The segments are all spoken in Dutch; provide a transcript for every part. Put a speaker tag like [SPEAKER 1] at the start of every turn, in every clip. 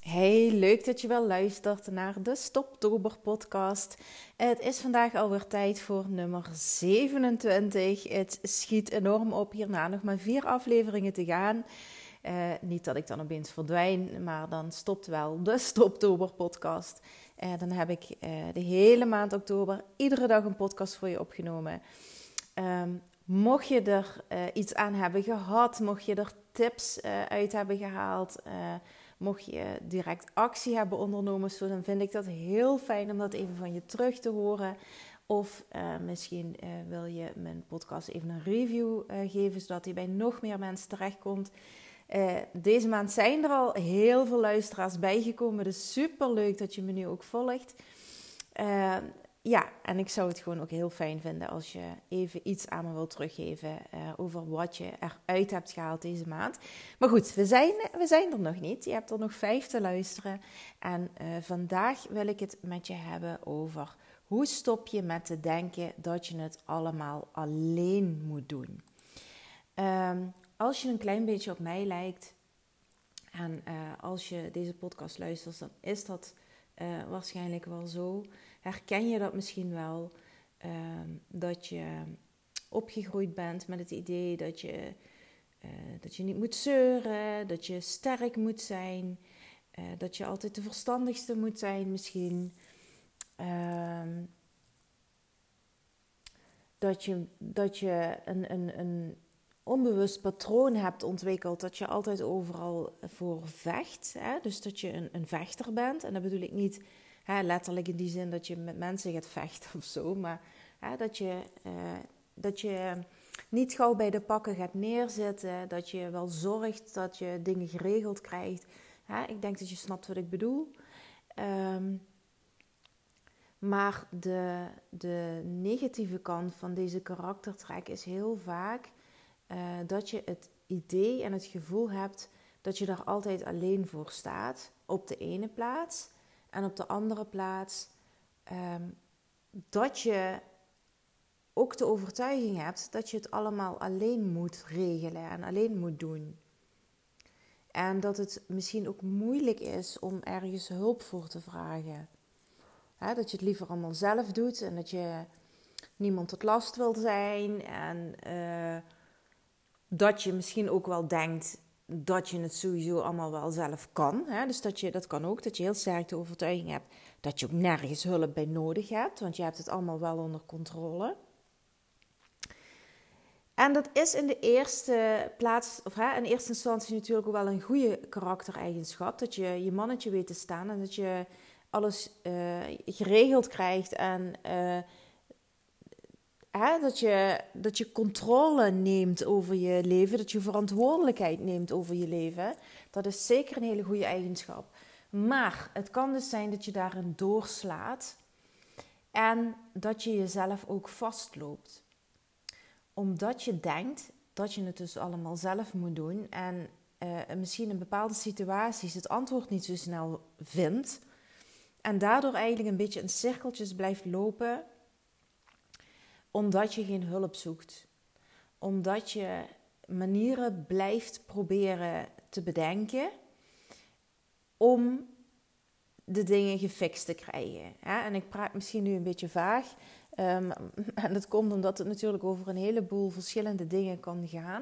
[SPEAKER 1] Hey, leuk dat je wel luistert naar de Stoptober podcast. Het is vandaag alweer tijd voor nummer 27. Het schiet enorm op, hierna nog maar 4 afleveringen te gaan. Niet dat ik dan opeens verdwijn, maar dan stopt wel de Stoptober podcast. Dan heb ik de hele maand oktober iedere dag een podcast voor je opgenomen. Mocht je er iets aan hebben gehad, mocht je er tips uit hebben gehaald, mocht je direct actie hebben ondernomen, dan vind ik dat heel fijn om dat even van je terug te horen. Of misschien wil je mijn podcast even een review geven, zodat die bij nog meer mensen terechtkomt. Deze maand zijn er al heel veel luisteraars bijgekomen, dus super leuk dat je me nu ook volgt. Ja, en ik zou het gewoon ook heel fijn vinden als je even iets aan me wilt teruggeven over wat je eruit hebt gehaald deze maand. Maar goed, we zijn er nog niet. Je hebt er nog 5 te luisteren. En vandaag wil ik het met je hebben over hoe stop je met te denken dat je het allemaal alleen moet doen. Als je een klein beetje op mij lijkt en als je deze podcast luistert, dan is dat waarschijnlijk wel zo. Herken je dat misschien wel, dat je opgegroeid bent met het idee dat je niet moet zeuren, dat je sterk moet zijn, dat je altijd de verstandigste moet zijn misschien. Dat je een onbewust patroon hebt ontwikkeld dat je altijd overal voor vecht. Hè? Dus dat je een vechter bent. En dat bedoel ik niet letterlijk in die zin dat je met mensen gaat vechten of zo. Maar dat je niet gauw bij de pakken gaat neerzitten. Dat je wel zorgt dat je dingen geregeld krijgt. Ik denk dat je snapt wat ik bedoel. Maar de negatieve kant van deze karaktertrek is heel vaak dat je het idee en het gevoel hebt dat je daar altijd alleen voor staat. Op de ene plaats. En op de andere plaats dat je ook de overtuiging hebt dat je het allemaal alleen moet regelen en alleen moet doen. En dat het misschien ook moeilijk is om ergens hulp voor te vragen. Dat je het liever allemaal zelf doet en dat je niemand tot last wil zijn. En dat je misschien ook wel denkt dat je het sowieso allemaal wel zelf kan. Dus dat kan ook, dat je heel sterk de overtuiging hebt dat je ook nergens hulp bij nodig hebt. Want je hebt het allemaal wel onder controle. En dat is in de eerste plaats, in eerste instantie natuurlijk ook wel een goede karaktereigenschap. Dat je je mannetje weet te staan en dat je alles geregeld krijgt en dat je controle neemt over je leven, dat je verantwoordelijkheid neemt over je leven. Dat is zeker een hele goede eigenschap. Maar het kan dus zijn dat je daarin doorslaat en dat je jezelf ook vastloopt. Omdat je denkt dat je het dus allemaal zelf moet doen en misschien in bepaalde situaties het antwoord niet zo snel vindt. En daardoor eigenlijk een beetje in cirkeltjes blijft lopen, omdat je geen hulp zoekt. Omdat je manieren blijft proberen te bedenken om de dingen gefixt te krijgen. En ik praat misschien nu een beetje vaag. En dat komt omdat het natuurlijk over een heleboel verschillende dingen kan gaan.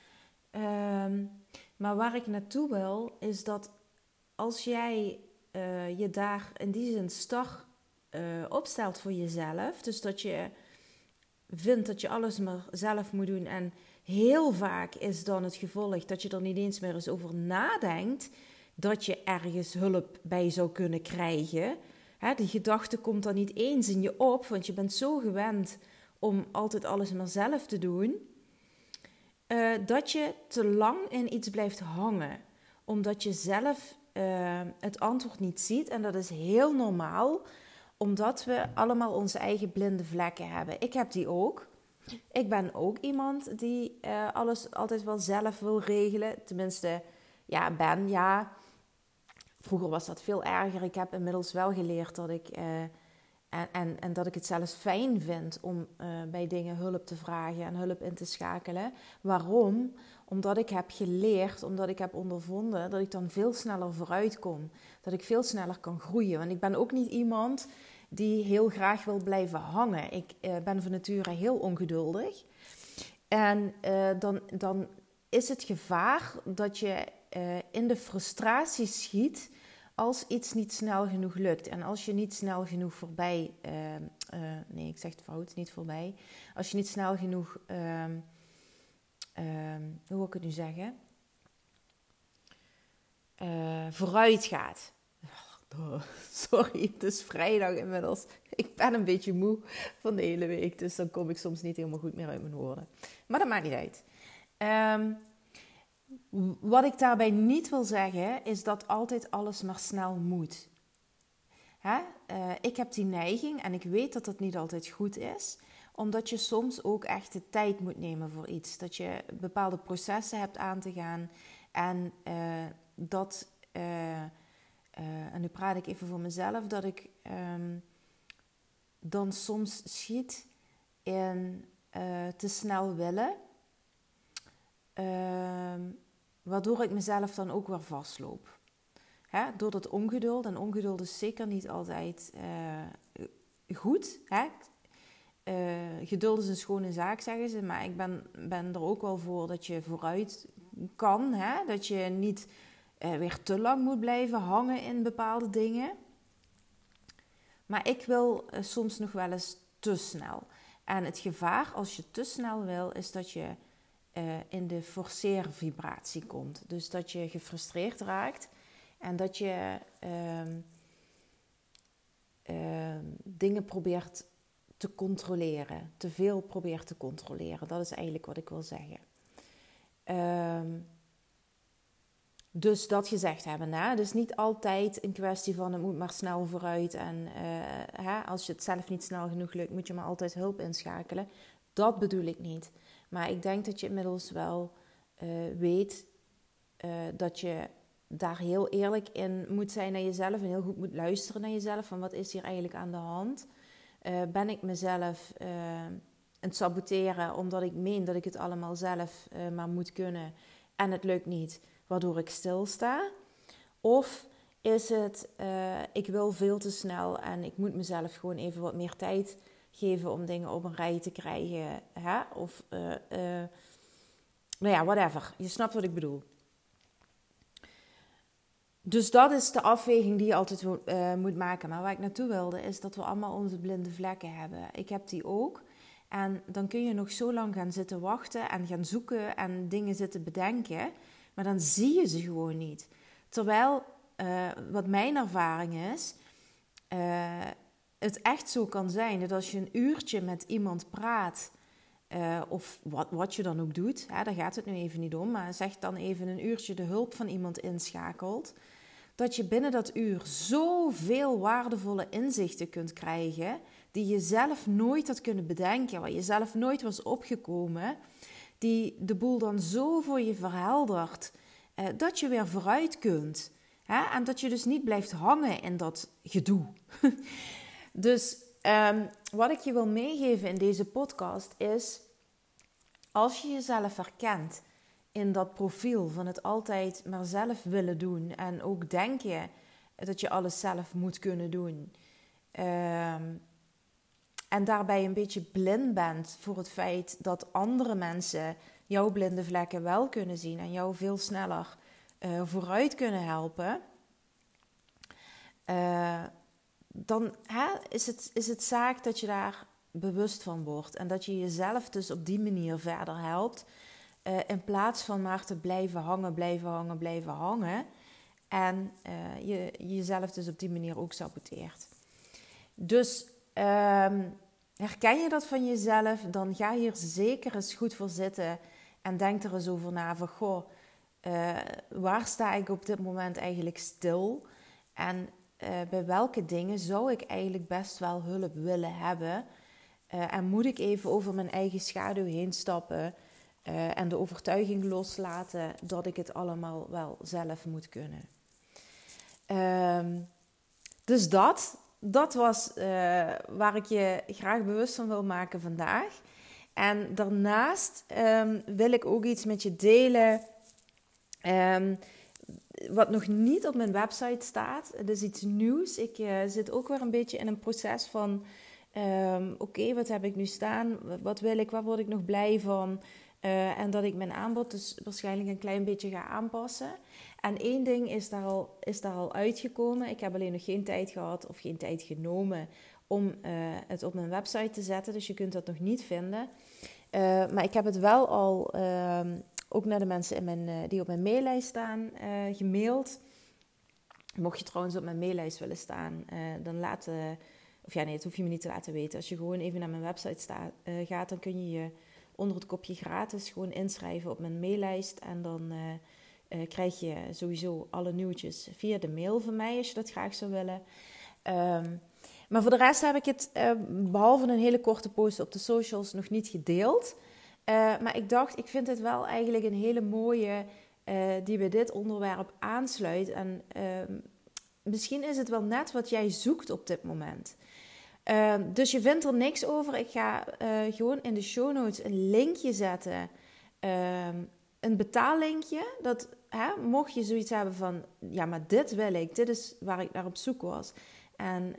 [SPEAKER 1] Maar waar ik naartoe wil, is dat als jij je daar in die zin stag opstelt voor jezelf. Dus dat je vindt dat je alles maar zelf moet doen. En heel vaak is dan het gevolg dat je er niet eens meer eens over nadenkt dat je ergens hulp bij zou kunnen krijgen. Die gedachte komt dan niet eens in je op, want je bent zo gewend om altijd alles maar zelf te doen. Dat je te lang in iets blijft hangen. Omdat je zelf het antwoord niet ziet. En dat is heel normaal, omdat we allemaal onze eigen blinde vlekken hebben. Ik heb die ook. Ik ben ook iemand die alles altijd wel zelf wil regelen. Tenminste, Vroeger was dat veel erger. Ik heb inmiddels wel geleerd dat ik En dat ik het zelfs fijn vind om bij dingen hulp te vragen en hulp in te schakelen. Waarom? Omdat ik heb geleerd, omdat ik heb ondervonden dat ik dan veel sneller vooruit kom. Dat ik veel sneller kan groeien. Want ik ben ook niet iemand die heel graag wil blijven hangen. Ik ben van nature heel ongeduldig. En dan is het gevaar dat je in de frustratie schiet als iets niet snel genoeg lukt. En als je niet snel genoeg voorbij... nee, ik zeg het fout, niet voorbij. Als je niet snel genoeg... hoe wil ik het nu zeggen? Vooruit gaat. Sorry, het is vrijdag inmiddels. Ik ben een beetje moe van de hele week. Dus dan kom ik soms niet helemaal goed meer uit mijn woorden. Maar dat maakt niet uit. Wat ik daarbij niet wil zeggen, is dat altijd alles maar snel moet. Ik heb die neiging en ik weet dat dat niet altijd goed is. Omdat je soms ook echt de tijd moet nemen voor iets. Dat je bepaalde processen hebt aan te gaan. En en nu praat ik even voor mezelf, dat ik dan soms schiet in te snel willen. Waardoor ik mezelf dan ook weer vastloop. Door dat ongeduld. En ongeduld is zeker niet altijd goed. Geduld is een schone zaak, zeggen ze. Maar ik ben er ook wel voor dat je vooruit kan. Dat je niet weer te lang moet blijven hangen in bepaalde dingen. Maar ik wil soms nog wel eens te snel. En het gevaar als je te snel wil, is dat je in de forceervibratie komt. Dus dat je gefrustreerd raakt en dat je dingen probeert te controleren. Te veel probeert te controleren. Dat is eigenlijk wat ik wil zeggen. Dus dat gezegd hebben. Hè? Dus niet altijd een kwestie van het moet maar snel vooruit. En als je het zelf niet snel genoeg lukt, moet je maar altijd hulp inschakelen. Dat bedoel ik niet. Maar ik denk dat je inmiddels wel weet dat je daar heel eerlijk in moet zijn naar jezelf. En heel goed moet luisteren naar jezelf. Van wat is hier eigenlijk aan de hand? Ben ik mezelf aan het saboteren omdat ik meen dat ik het allemaal zelf maar moet kunnen. En het lukt niet, waardoor ik stilsta? Of is het, ik wil veel te snel en ik moet mezelf gewoon even wat meer tijd geven om dingen op een rij te krijgen. Of, whatever. Je snapt wat ik bedoel. Dus dat is de afweging die je altijd moet maken. Maar waar ik naartoe wilde is dat we allemaal onze blinde vlekken hebben. Ik heb die ook. En dan kun je nog zo lang gaan zitten wachten en gaan zoeken en dingen zitten bedenken. Maar dan zie je ze gewoon niet. Terwijl, wat mijn ervaring is, het echt zo kan zijn dat als je een uurtje met iemand praat, of wat je dan ook doet, daar gaat het nu even niet om, maar zeg dan even een uurtje de hulp van iemand inschakelt, dat je binnen dat uur zoveel waardevolle inzichten kunt krijgen die je zelf nooit had kunnen bedenken, waar je zelf nooit was opgekomen, die de boel dan zo voor je verheldert, dat je weer vooruit kunt. En dat je dus niet blijft hangen in dat gedoe. Dus wat ik je wil meegeven in deze podcast is, als je jezelf herkent in dat profiel van het altijd maar zelf willen doen en ook denken dat je alles zelf moet kunnen doen, en daarbij een beetje blind bent voor het feit dat andere mensen jouw blinde vlekken wel kunnen zien en jou veel sneller vooruit kunnen helpen, dan is het zaak dat je daar bewust van wordt. En dat je jezelf dus op die manier verder helpt. In plaats van maar te blijven hangen. En je jezelf dus op die manier ook saboteert. Dus herken je dat van jezelf, dan ga hier zeker eens goed voor zitten. En denk er eens over na van, goh, waar sta ik op dit moment eigenlijk stil? En bij welke dingen zou ik eigenlijk best wel hulp willen hebben? En moet ik even over mijn eigen schaduw heen stappen en de overtuiging loslaten dat ik het allemaal wel zelf moet kunnen. Dus dat. dat was waar ik je graag bewust van wil maken vandaag. En daarnaast wil ik ook iets met je delen wat nog niet op mijn website staat. Het is iets nieuws. Ik zit ook weer een beetje in een proces van oké, wat heb ik nu staan? Wat wil ik? Waar word ik nog blij van? En dat ik mijn aanbod dus waarschijnlijk een klein beetje ga aanpassen. En één ding is daar al uitgekomen. Ik heb alleen nog geen tijd gehad of geen tijd genomen om het op mijn website te zetten. Dus je kunt dat nog niet vinden. Maar ik heb het wel al ook naar de mensen die op mijn maillijst staan gemaild. Mocht je trouwens op mijn maillijst willen staan, dan dat hoef je me niet te laten weten. Als je gewoon even naar mijn website gaat, dan kun je je onder het kopje gratis gewoon inschrijven op mijn maillijst. En dan krijg je sowieso alle nieuwtjes via de mail van mij, als je dat graag zou willen. Maar voor de rest heb ik het, behalve een hele korte post op de socials, nog niet gedeeld. Maar ik dacht, ik vind het wel eigenlijk een hele mooie die bij dit onderwerp aansluit. En misschien is het wel net wat jij zoekt op dit moment. Dus je vindt er niks over. Ik ga gewoon in de show notes een linkje zetten. Een betaallinkje. Dat, mocht je zoiets hebben van, ja, maar dit wil ik. Dit is waar ik naar op zoek was. En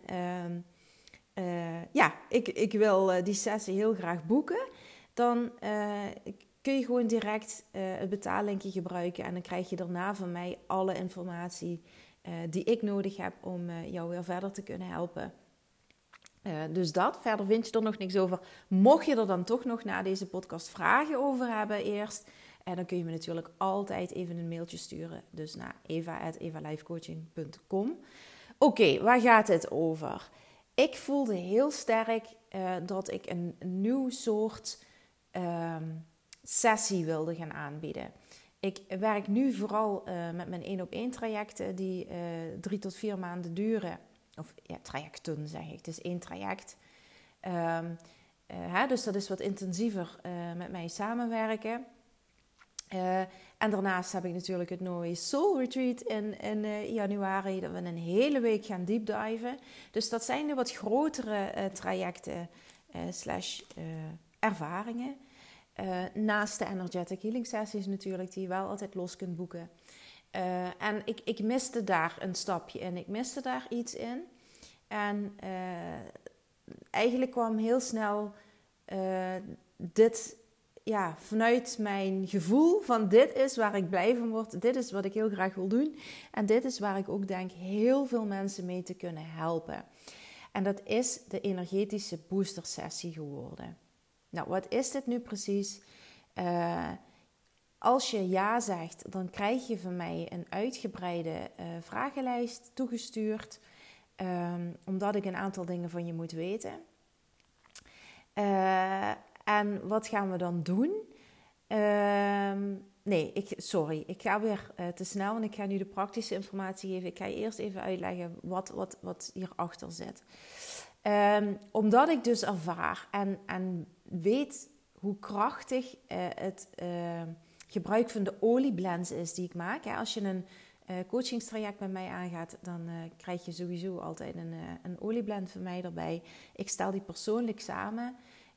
[SPEAKER 1] ik wil die sessie heel graag boeken. Dan kun je gewoon direct het betaallinkje gebruiken. En dan krijg je daarna van mij alle informatie die ik nodig heb om jou weer verder te kunnen helpen. Dus dat. Verder vind je er nog niks over. Mocht je er dan toch nog na deze podcast vragen over hebben eerst, dan kun je me natuurlijk altijd even een mailtje sturen. Dus naar eva@evalifecoaching.com. Oké, waar gaat het over? Ik voelde heel sterk dat ik een nieuw soort sessie wilde gaan aanbieden. Ik werk nu vooral met mijn 1-op-1 trajecten die 3 tot 4 maanden duren. Of ja, trajecten zeg ik. Het is 1 traject. Dus dat is wat intensiever met mij samenwerken. En daarnaast heb ik natuurlijk het Noe Soul Retreat in januari. Dat we een hele week gaan deepdiven. Dus dat zijn de wat grotere trajecten / ervaringen. Naast de energetic healing sessies natuurlijk, die je wel altijd los kunt boeken. En ik miste daar een stapje in. Ik miste daar iets in. En eigenlijk kwam heel snel dit vanuit mijn gevoel van dit is waar ik blij van word. Dit is wat ik heel graag wil doen. En dit is waar ik ook denk heel veel mensen mee te kunnen helpen. En dat is de energetische booster sessie geworden. Nou, wat is dit nu precies? Als je ja zegt, dan krijg je van mij een uitgebreide vragenlijst toegestuurd. Omdat ik een aantal dingen van je moet weten. En wat gaan we dan doen? Ik ga weer te snel, want ik ga nu de praktische informatie geven. Ik ga je eerst even uitleggen wat hierachter zit. Omdat ik dus ervaar en weet hoe krachtig het gebruik van de olieblends is die ik maak. Als je een coachingstraject met mij aangaat, dan krijg je sowieso altijd een olieblend van mij erbij. Ik stel die persoonlijk samen.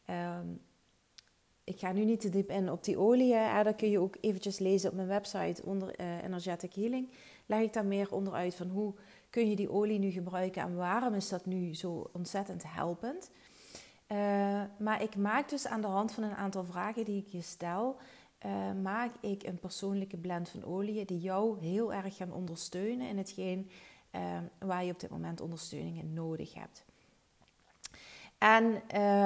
[SPEAKER 1] Ik ga nu niet te diep in op die oliën. Dat kun je ook eventjes lezen op mijn website onder Energetic Healing. Leg ik daar meer onder uit van hoe kun je die olie nu gebruiken en waarom is dat nu zo ontzettend helpend. Maar ik maak dus aan de hand van een aantal vragen die ik je stel, maak ik een persoonlijke blend van oliën die jou heel erg gaan ondersteunen in hetgeen waar je op dit moment ondersteuning in nodig hebt. En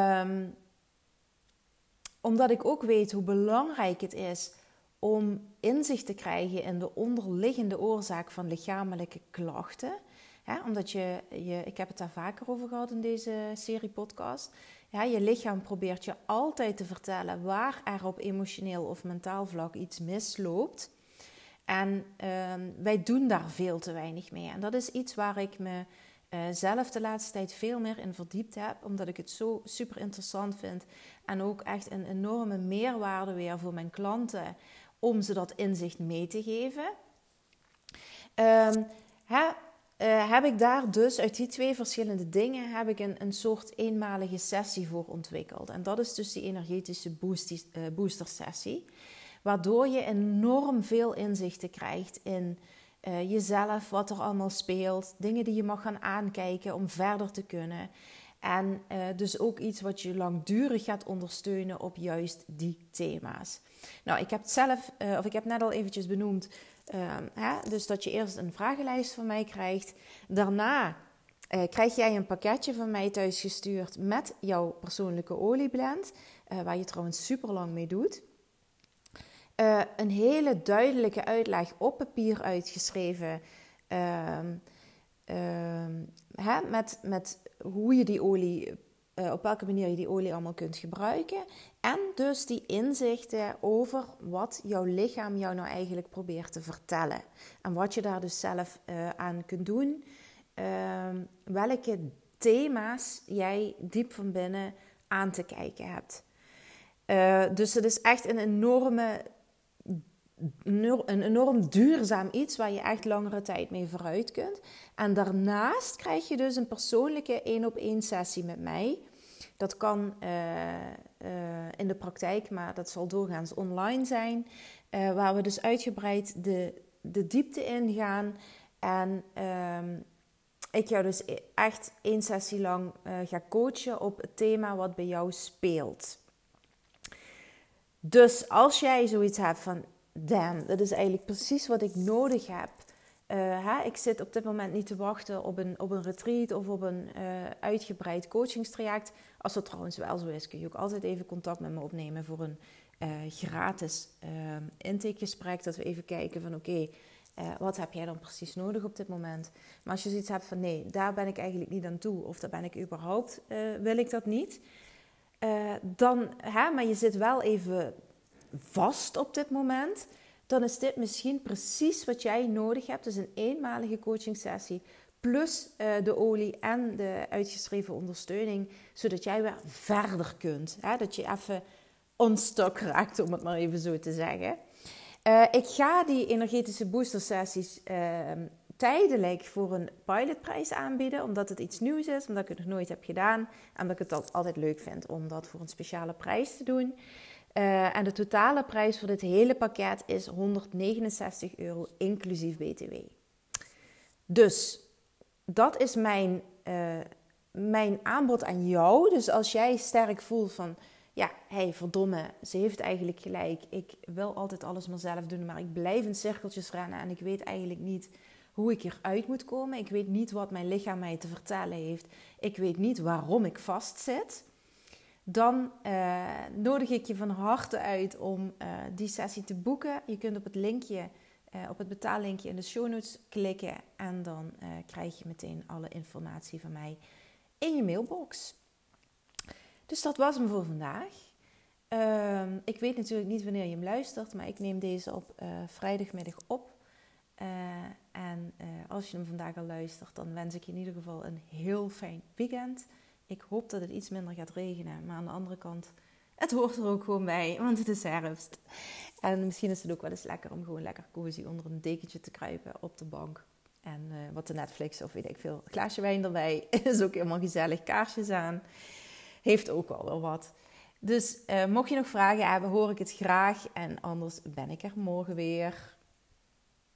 [SPEAKER 1] omdat ik ook weet hoe belangrijk het is om inzicht te krijgen in de onderliggende oorzaak van lichamelijke klachten. Omdat ik heb het daar vaker over gehad in deze serie podcast. Je lichaam probeert je altijd te vertellen waar er op emotioneel of mentaal vlak iets misloopt. En wij doen daar veel te weinig mee. En dat is iets waar ik me zelf de laatste tijd veel meer in verdiept heb. Omdat ik het zo super interessant vind. En ook echt een enorme meerwaarde weer voor mijn klanten. Om ze dat inzicht mee te geven. heb ik daar dus uit die 2 verschillende dingen heb ik een soort eenmalige sessie voor ontwikkeld. En dat is dus die energetische booster sessie. Waardoor je enorm veel inzichten krijgt in jezelf, wat er allemaal speelt. Dingen die je mag gaan aankijken om verder te kunnen. En dus ook iets wat je langdurig gaat ondersteunen op juist die thema's. Nou, ik heb het zelf, ik heb net al eventjes benoemd. Dus dat je eerst een vragenlijst van mij krijgt. Daarna krijg jij een pakketje van mij thuisgestuurd met jouw persoonlijke olieblend. Waar je trouwens super lang mee doet. Een hele duidelijke uitleg op papier uitgeschreven. Met hoe je die olie, op welke manier je die olie allemaal kunt gebruiken. En dus die inzichten over wat jouw lichaam jou nou eigenlijk probeert te vertellen. En wat je daar dus zelf aan kunt doen. Welke thema's jij diep van binnen aan te kijken hebt. Dus het is echt een enorm duurzaam iets waar je echt langere tijd mee vooruit kunt. En daarnaast krijg je dus een persoonlijke 1-op-1 sessie met mij. Dat kan in de praktijk, maar dat zal doorgaans online zijn. Waar we dus uitgebreid de diepte ingaan. En ik jou dus echt 1 sessie lang ga coachen op het thema wat bij jou speelt. Dus als jij zoiets hebt van, damn, dat is eigenlijk precies wat ik nodig heb. Ik zit op dit moment niet te wachten op een retreat of op een uitgebreid coachingstraject. Als dat trouwens wel zo is, kun je ook altijd even contact met me opnemen voor een gratis intakegesprek. Dat we even kijken van oké, wat heb jij dan precies nodig op dit moment? Maar als je zoiets hebt van nee, daar ben ik eigenlijk niet aan toe. Of daar ben ik überhaupt, wil ik dat niet. Maar je zit wel even vast op dit moment. Dan is dit misschien precies wat jij nodig hebt. Dus een eenmalige coachingsessie plus de olie en de uitgeschreven ondersteuning. Zodat jij weer verder kunt. Dat je even onstuck raakt, om het maar even zo te zeggen. Ik ga die energetische booster sessies tijdelijk voor een pilotprijs aanbieden. Omdat het iets nieuws is, omdat ik het nog nooit heb gedaan. En omdat ik het altijd leuk vind om dat voor een speciale prijs te doen. En de totale prijs voor dit hele pakket is €169 inclusief BTW. Dus dat is mijn aanbod aan jou. Dus als jij sterk voelt van, ja, verdomme, ze heeft eigenlijk gelijk. Ik wil altijd alles maar zelf doen, maar ik blijf in cirkeltjes rennen en ik weet eigenlijk niet hoe ik eruit moet komen. Ik weet niet wat mijn lichaam mij te vertellen heeft. Ik weet niet waarom ik vastzit. Dan nodig ik je van harte uit om die sessie te boeken. Je kunt op het linkje, op het betaallinkje in de show notes klikken. En dan krijg je meteen alle informatie van mij in je mailbox. Dus dat was hem voor vandaag. Ik weet natuurlijk niet wanneer je hem luistert, maar ik neem deze op vrijdagmiddag op. En als je hem vandaag al luistert, dan wens ik je in ieder geval een heel fijn weekend. Ik hoop dat het iets minder gaat regenen, maar aan de andere kant, het hoort er ook gewoon bij, want het is herfst. En misschien is het ook wel eens lekker om gewoon lekker cozy onder een dekentje te kruipen op de bank. En wat te Netflix of weet ik veel, een glaasje wijn erbij, is ook helemaal gezellig, kaarsjes aan. Heeft ook wel wat. Dus mocht je nog vragen hebben, hoor ik het graag. En anders ben ik er morgen weer.